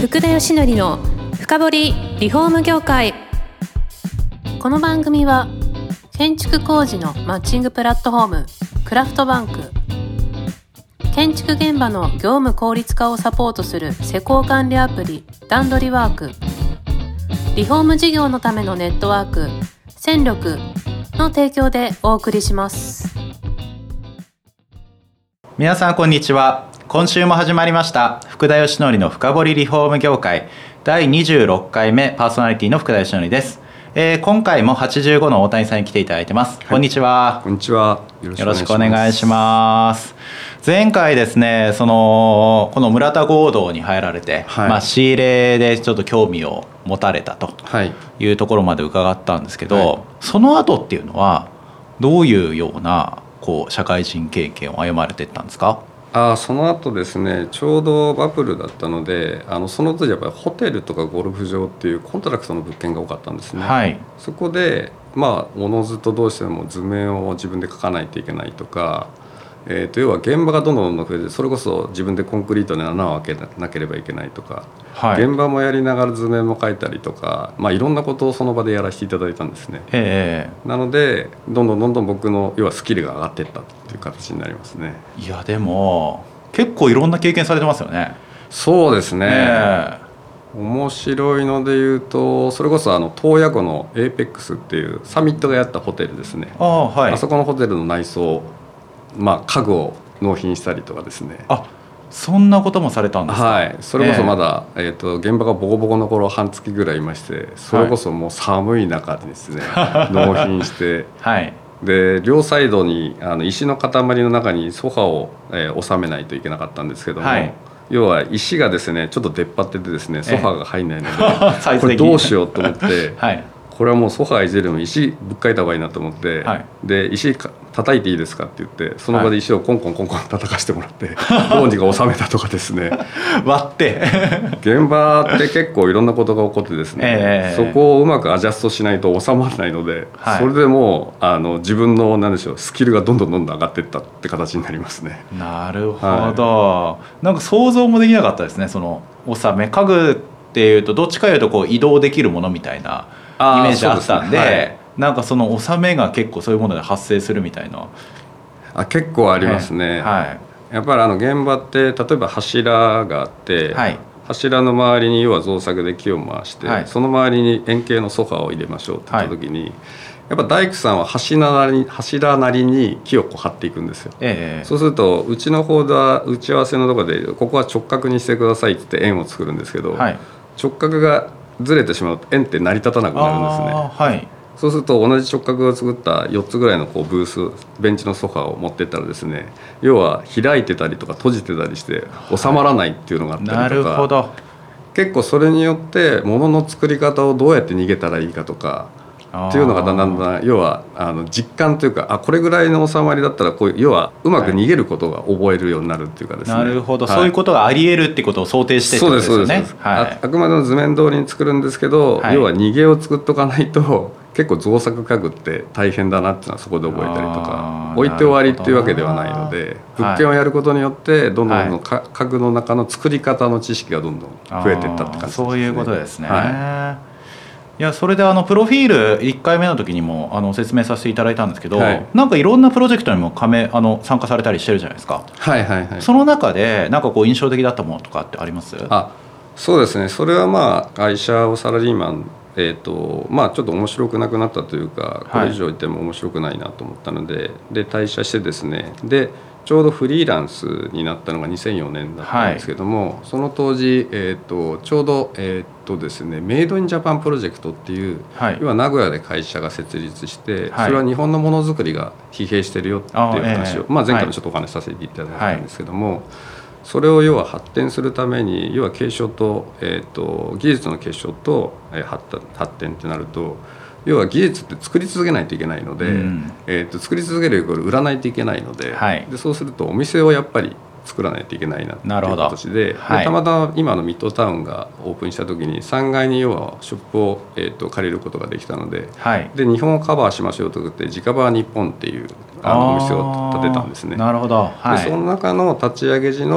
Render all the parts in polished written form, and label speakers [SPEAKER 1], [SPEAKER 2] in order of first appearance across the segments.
[SPEAKER 1] 福田義則の深掘りリフォーム業界。この番組は建築工事のマッチングプラットフォームクラフトバンク、建築現場の業務効率化をサポートする施工管理アプリ段取りワーク、リフォーム事業のためのネットワーク戦力の提供でお送りします。
[SPEAKER 2] 皆さんこんにちは。今週も始まりました福田義則の深掘りリフォーム業界第26回目パーソナリティの福田義則です。今回も85の大谷さんに来ていただいてます、はい、こんにちは。
[SPEAKER 3] こんにちは。
[SPEAKER 2] よろしくお願いします。前回ですね、この村田合同に入られて、はい、仕入れでちょっと興味を持たれたというところまで伺ったんですけど、はい、その後っていうのはどういうような社会人経験を歩まれていったんですか？
[SPEAKER 3] その後ですね、ちょうどバブルだったので、その当時やっぱりホテルとかゴルフ場っていうコントラクトの物件が多かったんですね、はい、そこでおのずとどうしても図面を自分で描かないといけないとか、要は現場がどんどん増えて、それこそ自分でコンクリートに穴を開けなければいけないとか、はい、現場もやりながら図面も描いたりとか、いろんなことをその場でやらせていただいたんですね、なのでどんどん僕の要はスキルが上がっていったっていう形になりますね。
[SPEAKER 2] いやでも結構いろんな経験されてますよね。
[SPEAKER 3] そうですね、面白いので言うと、それこそ洞爺湖のエーペックスっていうサミットがやったホテルですね。はい、あそこのホテルの内装、家具を納品したりとかですね。
[SPEAKER 2] そんなこともされたんですか？
[SPEAKER 3] はい、それこそまだ、現場がボコボコの頃半月ぐらいいまして、それこそもう寒い中でですね、納品して、はい、で両サイドに石の塊の中にソファを、収めないといけなかったんですけども、はい、要は石がですねちょっと出っ張っててですね、ソファが入んないので、これどうしようと思って、はい、これはもうソファいじるの石ぶっかいた方がいいなと思って、はい、で石叩いていいですかって言って、その場で石をコンコン叩かしてもらって、どうにか収めたとかですね
[SPEAKER 2] 割って
[SPEAKER 3] 現場って結構いろんなことが起こってですね、そこをうまくアジャストしないと収まらないので、はい、それでもう自分のスキルがどんどん上がっていったって形になりますね。
[SPEAKER 2] なるほど、はい、なんか想像もできなかったですね。その収め家具っていうとどっちかいうと移動できるものみたいなイメージあったんで、はい、なんかその納めが結構そういうもので発生するみたいな。
[SPEAKER 3] 結構ありますね、はい、やっぱり現場って例えば柱があって、はい、柱の周りに要は造作で木を回して、はい、その周りに円形のソファを入れましょうって言った時に、はい、やっぱ大工さんは柱なりに木を張っていくんですよ、そうするとうちの方では打ち合わせのところでここは直角にしてくださいって言って円を作るんですけど、はい、直角がずれてしまうと円って成り立たなくなるんですね、はい、そうすると同じ直角を作った4つぐらいのブースベンチのソファを持ってったらですね、要は開いてたりとか閉じてたりして収まらないっていうのがあったりとか、はい、なるほど。結構それによって物の作り方をどうやって逃げたらいいかとかっていうのがだんだん要は実感というか、これぐらいの収まりだったら要はうまく逃げることが覚えるようになるっていうかですね、
[SPEAKER 2] なるほど、はい、そういうことがあり得るってことを想定してってことですよね。そうです、
[SPEAKER 3] はい、あくまでも図面通りに作るんですけど、はい、要は逃げを作っとかないと結構造作家具って大変だなっていうのはそこで覚えたりとか、置いて終わりっていうわけではないので、物件をやることによってどんどん家具の中の作り方の知識がどんどん増えていったって感じですね。
[SPEAKER 2] そういうことですね、はい。いやそれでプロフィール1回目の時にも説明させていただいたんですけど、はい、なんかいろんなプロジェクトにも参加されたりしてるじゃないですか。はいはいはい。その中でなんか印象的だったものとかってあります？
[SPEAKER 3] そうですね、それは会社をサラリーマンちょっと面白くなくなったというか、これ以上いても面白くないなと思ったので、退社してですね、でちょうどフリーランスになったのが2004年だったんですけども、はい、その当時、ちょうど、ですね、メイドインジャパンプロジェクトっていう、はい、要は名古屋で会社が設立して、はい、それは日本のものづくりが疲弊してるよっていう話を、前回もちょっとお話しさせていただいたんですけども、はい、それを要は発展するために要は継承と、技術の結晶と、発展ってなると、要は技術って作り続けないといけないので、作り続けるイコール売らないといけないので、はい、でそうするとお店をやっぱり作らないといけないなっていう形で、はい、たまたま今のミッドタウンがオープンした時に3階に要はショップを、借りることができたので、はい、で日本をカバーしましょうと言って直バー日本っていうお店を建てたんですね。
[SPEAKER 2] なるほど、はい、
[SPEAKER 3] でその中の立ち上げ時の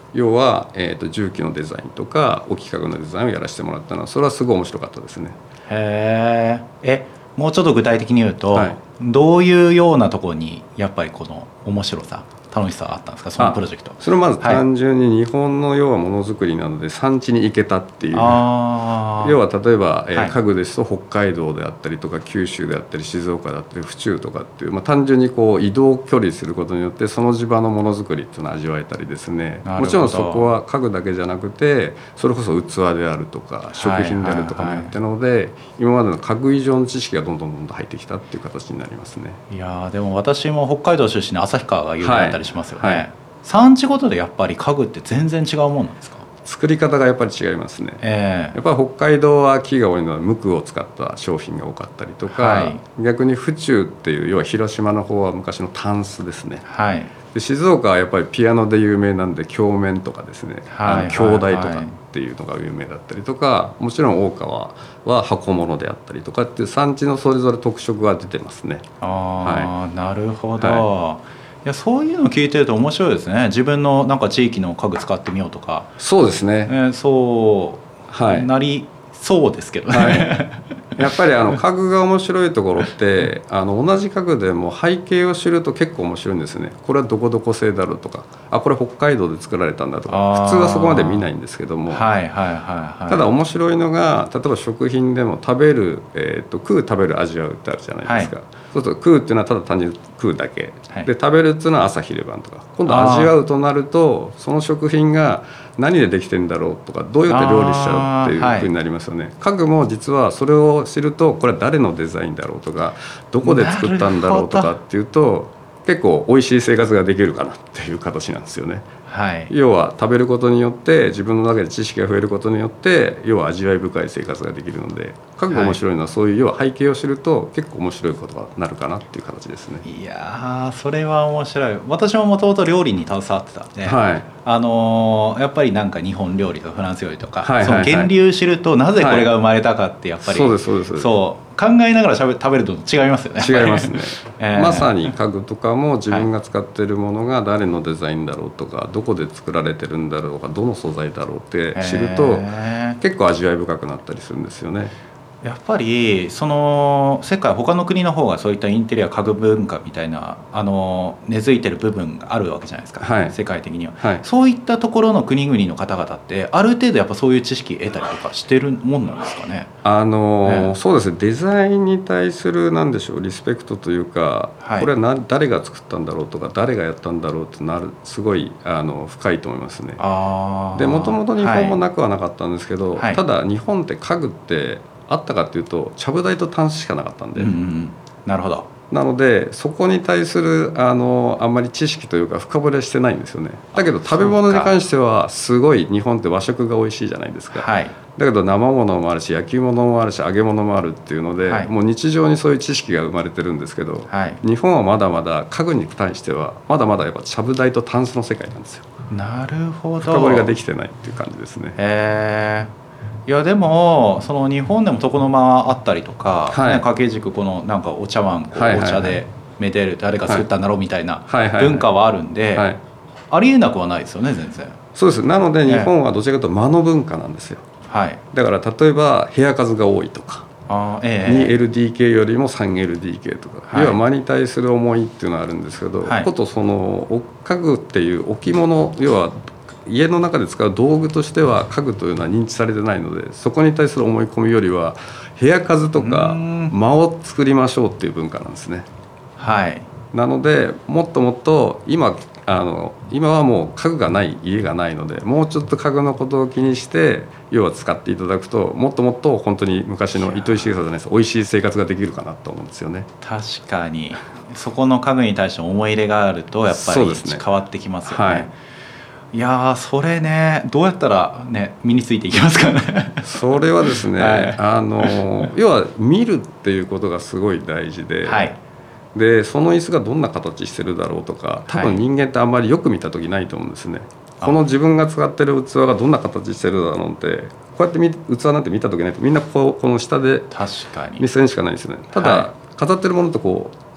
[SPEAKER 3] 要は、重機のデザインとか置き家具のデザインをやらせてもらったのはそれはすごい面白かったですね。
[SPEAKER 2] へえ。もうちょっと具体的に言うと、どういうようなところにやっぱりこの面白さ楽しさがあったんですか、そのプロジェクト。
[SPEAKER 3] それはまず単純に日本の要はものづくりなので産地に行けたっていう、要は例えば、家具ですと北海道であったりとか九州であったり静岡であったり府中とかっていう、単純にこう移動距離することによってその地場のものづくりっていうのを味わえたりですね。もちろんそこは家具だけじゃなくてそれこそ器であるとか食品であるとかもやってるので、今までの家具以上の知識がどんどん入ってきたっていう形になりますね。
[SPEAKER 2] いやでも私も北海道出身の旭川が有名だったりしますよね。産地ごとでやっぱり家具って全然違うもんなんですか？
[SPEAKER 3] 作り方がやっぱり違いますね。やっぱり北海道は木が多いので無垢を使った商品が多かったりとか、逆に府中っていう要は広島の方は昔のタンスですね。で静岡はやっぱりピアノで有名なんで鏡面とかですね、鏡台とかっていうのが有名だったりとか、もちろん大川は箱物であったりとかっていう産地のそれぞれ特色が出てますね。
[SPEAKER 2] なるほど。いやそういうの聞いてると面白いですね。自分のなんか地域の家具使ってみようとか。
[SPEAKER 3] そうですね、
[SPEAKER 2] そうなりそうですけどね。
[SPEAKER 3] やっぱり家具が面白いところって同じ家具でも背景を知ると結構面白いんですね。これはどこどこ製だろうとか、これ北海道で作られたんだとか、普通はそこまで見ないんですけども、ただ面白いのが例えば食品でも食べる、食う食べる味わうってあるじゃないですか。そうすると食うっていうのはただ単純に食うだけ、で食べるっていうのは朝昼晩とか、今度味わうとなるとその食品が何でできてるんだろうとか、どうやって料理しちゃうっていうふうになりますよね。家具も実はそれを知るとこれは誰のデザインだろうとかどこで作ったんだろうとかっていうと結構美味しい生活ができるかなっていう形なんですよね。要は食べることによって自分の中で知識が増えることによって要は味わい深い生活ができるので、家具が面白いのはそういう要は背景を知ると結構面白いことになるかなっていう形ですね。
[SPEAKER 2] いやそれは面白い。私ももともと料理に携わってたんで、やっぱりなんか日本料理とかフランス料理とか、その源流知るとなぜこれが生まれたかってやっぱり、そう考えながら食べると違いますよね。
[SPEAKER 3] 違いますね。まさに家具とかも自分が使っているものが誰のデザインだろうとか、どこで作られてるんだろうとか、どの素材だろうって知ると結構味わい深くなったりするんですよね。
[SPEAKER 2] やっぱりその世界他の国の方がそういったインテリア家具文化みたいな根付いてる部分があるわけじゃないですか、世界的には、そういったところの国々の方々ってある程度やっぱそういう知識得たりとかしてるもんなんですかね。
[SPEAKER 3] そうですね、デザインに対するなんでしょうリスペクトというか、これは誰が作ったんだろうとか誰がやったんだろうってすごい深いと思いますね。でもともと日本もなくはなかったんですけど、ただ日本って家具ってあったかっていうとちゃぶ台とタンスしかなかったんで、
[SPEAKER 2] なるほど。
[SPEAKER 3] なのでそこに対するあんまり知識というか深掘りはしてないんですよね。だけど食べ物に関してはすごい日本って和食が美味しいじゃないですか、だけど生ものもあるし焼き物もあるし揚げ物もあるっていうので、もう日常にそういう知識が生まれてるんですけど、日本はまだまだ家具に対してはまだまだやっぱちゃぶ台とタンスの世界なんですよ。
[SPEAKER 2] なるほど。
[SPEAKER 3] 深掘りができてないっていう感じですね。
[SPEAKER 2] いやでもその日本でも床の間あったりとか、掛け軸このなんかお茶碗お茶でめでる誰が作ったんだろうみたいな文化はあるんで、ありえなくはないですよね全然。
[SPEAKER 3] そうです。なので日本はどちらかというと間の文化なんですよ。だから例えば部屋数が多いとか、2LDK よりも 3LDK とか、要は間に対する思いっていうのがあるんですけど、ことその家具っていう置物、要は家の中で使う道具としては家具というのは認知されてないので、そこに対する思い込みよりは部屋数とか間を作りましょうっていう文化なんですね。なのでもっともっと今はもう家具がない家がないので、もうちょっと家具のことを気にして要は使っていただくともっともっと本当に昔の糸井重里じゃないです、美味しい生活ができるかなと思うんですよね。
[SPEAKER 2] 確かにそこの家具に対して思い入れがあるとやっぱり変わってきますよね。いやそれねどうやったらね身についていきますかね。
[SPEAKER 3] それはですね、要は見るっていうことがすごい大事で、でその椅子がどんな形してるだろうとか、多分人間ってあんまりよく見た時ないと思うんですね。この自分が使ってる器がどんな形してるだろうってこうやって器なんて見た時ないとみんなこの下で目線しかないんですよね。ただ飾ってるものとこう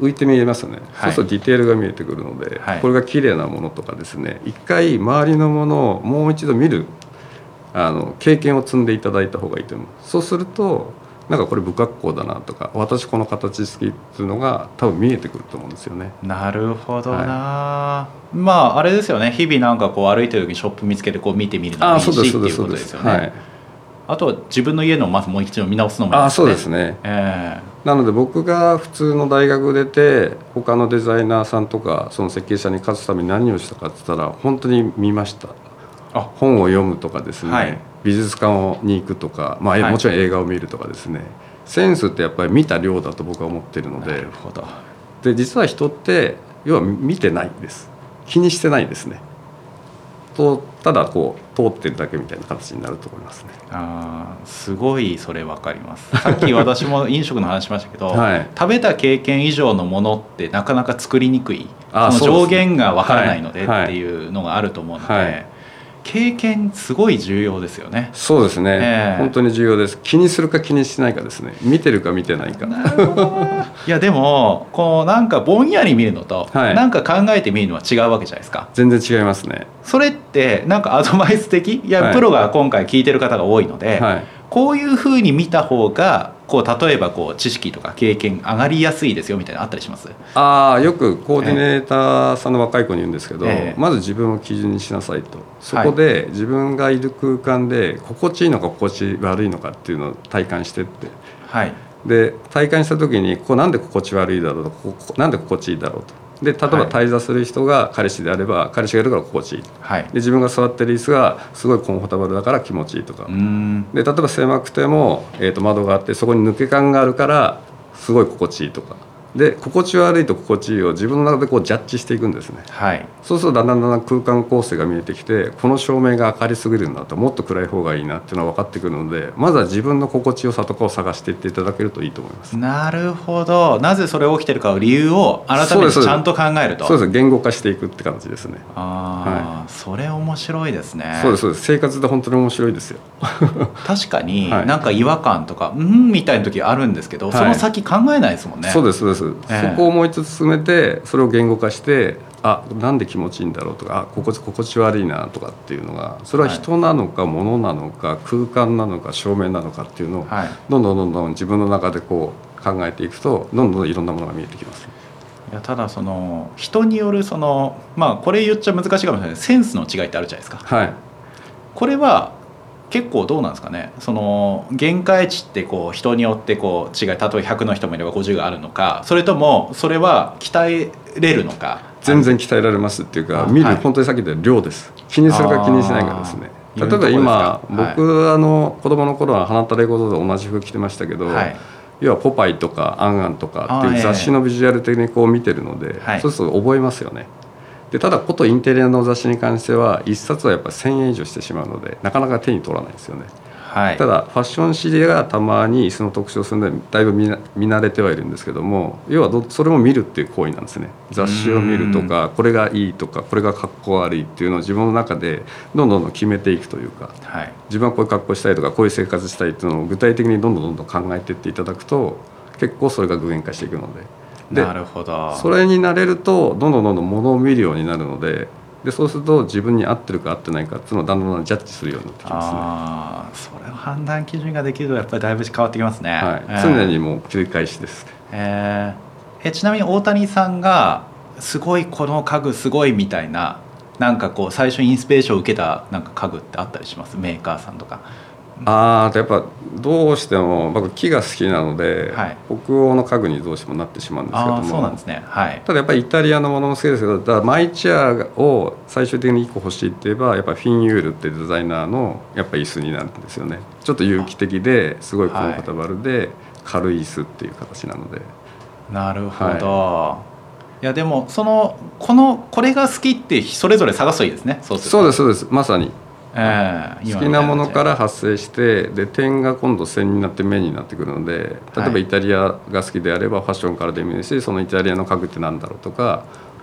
[SPEAKER 3] 浮いて見えますよね、そうするとディテールが見えてくるので、これが綺麗なものとかですね、一回周りのものをもう一度見る経験を積んでいただいた方がいいと思う。そうするとなんかこれ不格好だなとか、私この形好きっていうのが多分見えてくると思うんですよね。
[SPEAKER 2] なるほどな、まああれですよね、日々なんかこう歩いてる時にショップ見つけてこう見てみるのもいいしっていうことですよね。あとは自分の家のまずもう一度見直すのもいいですね。
[SPEAKER 3] そうですね、なので僕が普通の大学出て他のデザイナーさんとかその設計者に勝つために何をしたかって言ったら本当に見ました。本を読むとかですね、美術館に行くとか、もちろん映画を見るとかですね、センスってやっぱり見た量だと僕は思ってるので。なるほど。で実は人って要は見てないんです、気にしてないですね。ただこう通ってるだけみたいな形になると思いますね。
[SPEAKER 2] すごいそれ分かります。さっき私も飲食の話しましたけど、食べた経験以上のものってなかなか作りにくい、その上限が分からないのでっていうのがあると思うので、経験すごい重要ですよね。
[SPEAKER 3] そうですね、本当に重要です。気にするか気にしないかですね、見てるか見てないか。
[SPEAKER 2] なるほどいやでもこうなんかぼんやり見るのと、なんか考えてみるのは違うわけじゃないですか。
[SPEAKER 3] 全然違いますね。
[SPEAKER 2] それってなんかアドバイス的、プロが今回聞いてる方が多いので、こういうふうに見た方がこう例えばこう知識とか経験上がりやすいですよみたいなのあったりします？
[SPEAKER 3] よくコーディネーターさんの若い子に言うんですけど、まず自分を基準にしなさいと。そこで自分がいる空間で心地いいのか心地悪いのかっていうのを体感してって、で体感した時になんで心地悪いだろうとなんで心地いいだろうと。で例えば滞在する人が彼氏であれば彼氏がいるから心地いい、で自分が座ってる椅子がすごいコンフォータブルだから気持ちいいとか、で例えば狭くても、窓があってそこに抜け感があるからすごい心地いいとかで、心地悪いと心地いいを自分の中でこうジャッジしていくんですね。そうするとだんだん空間構成が見えてきて、この照明が明るすぎるんだと、もっと暗い方がいいなっていうのが分かってくるので、まずは自分の心地よさとかを探していっていただけるといいと思います。
[SPEAKER 2] なるほど。なぜそれが起きてるかを理由を改めてちゃんと考えると。
[SPEAKER 3] そうです、言語化していくって感じですね。
[SPEAKER 2] それ面白いですね。
[SPEAKER 3] そうですそうです、生活で本当に面白いですよ。
[SPEAKER 2] 確かになんか違和感とかみたいな時あるんですけど、その先考えないですもんね。
[SPEAKER 3] そうですそうです、そこをもう一つ進めてそれを言語化して、なんで気持ちいいんだろうとか、心地悪いなとかっていうのが、それは人なのか物なのか空間なのか照明なのかっていうのをどんどん自分の中でこう考えていくと、どんどんいろんなものが見えてきます。
[SPEAKER 2] いやただその人によるそのこれ言っちゃ難しいかもしれない、センスの違いってあるじゃないですか。これは結構どうなんですかね。その限界値ってこう人によってこう違い、例えば100の人もいれば50があるのか、それともそれは鍛えれるのか。
[SPEAKER 3] 全然鍛えられますっていうか、見る本当にさっき言った量です。気にするか気にしないかですね。例えば今僕子供の頃は花たれごとで同じ服着てましたけど、要はポパイとかアンアンとかっていう雑誌のビジュアル的にこう見てるので、そうすると覚えますよね。でただことインテリアの雑誌に関しては1冊はやっぱり1000円以上してしまうのでなかなか手に取らないですよね。ただファッション誌でがたまに椅子の特集をするのでだいぶ見慣れてはいるんですけども、要はそれも見るっていう行為なんですね。雑誌を見るとか、これがいいとかこれがかっこ悪いっていうのを自分の中でどんどん決めていくというか、自分はこういう格好したいとかこういう生活したいっていうのを具体的にどんどん考えていっていただくと結構それが具現化していくので。
[SPEAKER 2] なるほど。
[SPEAKER 3] それになれるとどんどん物を見るようになるので、そうすると自分に合ってるか合ってないかっていうのをだんだんジャッジするようになってきますね。
[SPEAKER 2] それを判断基準ができるとやっぱりだいぶ変わってきますね。
[SPEAKER 3] 常にもう繰り返しです。
[SPEAKER 2] ちなみに大谷さんがすごいこの家具すごいみたいな、なんかこう最初にインスピレーションを受けたなんか家具ってあったりします？メーカーさんとか。
[SPEAKER 3] やっぱどうしても僕木が好きなので、北欧の家具にどうしてもなってしまうんですけども。
[SPEAKER 2] そうなんですね。
[SPEAKER 3] ただやっぱりイタリアのものも好きですけど、だからマイチェアを最終的に1個欲しいって言えばやっぱフィンユールってデザイナーのやっぱ椅子になるんですよね。ちょっと有機的ですごいコンフォータブルで軽い椅子っていう形なので。
[SPEAKER 2] なるほど。いやでもこれが好きってそれぞれ探すといいですね。そう
[SPEAKER 3] ですそうです、まさに。好きなものから発生して、で点が今度線になって面になってくるので、例えばイタリアが好きであればファッションからでもいいし、そのイタリアの家具って何だろうとか、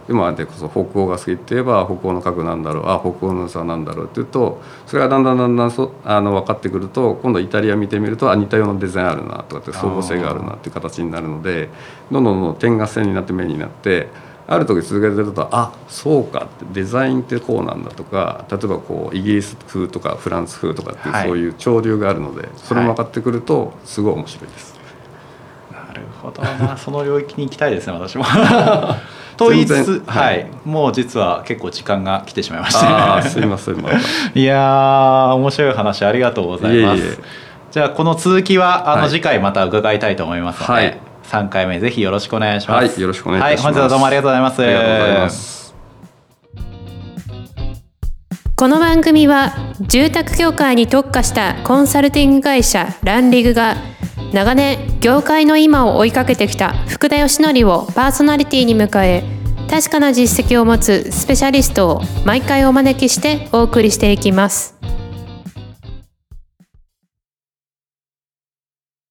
[SPEAKER 3] 今でこそ北欧が好きって言えば北欧の家具なんだろう、北欧の器なんだろうっていうと、それがだんだん分かってくると、今度イタリア見てみると似たようなデザインあるなとかって相互性があるなっていう形になるので、どんどん点合線になって目になって、ある時続けてるとそうかってデザインってこうなんだとか、例えばこうイギリス風とかフランス風とかっていうそういう潮流があるので、それも分かってくるとすごい面白いです。
[SPEAKER 2] なるほどな、その領域に行きたいですね私も。と言いつつ、もう実は結構時間が来てしまいましたね。
[SPEAKER 3] すいません。
[SPEAKER 2] いやー面白い話ありがとうございます。じゃあこの続きは次回また伺いたいと思いますので、3回目ぜひよろしくお願いします。
[SPEAKER 3] よろしくお願いいたします。
[SPEAKER 2] 本日はどうもありがとうございます。
[SPEAKER 3] ありがとうございます。
[SPEAKER 1] この番組は住宅業界に特化したコンサルティング会社ランリグが長年業界の今を追いかけてきた福田義則をパーソナリティに迎え、確かな実績を持つスペシャリストを毎回お招きしてお送りしていきます。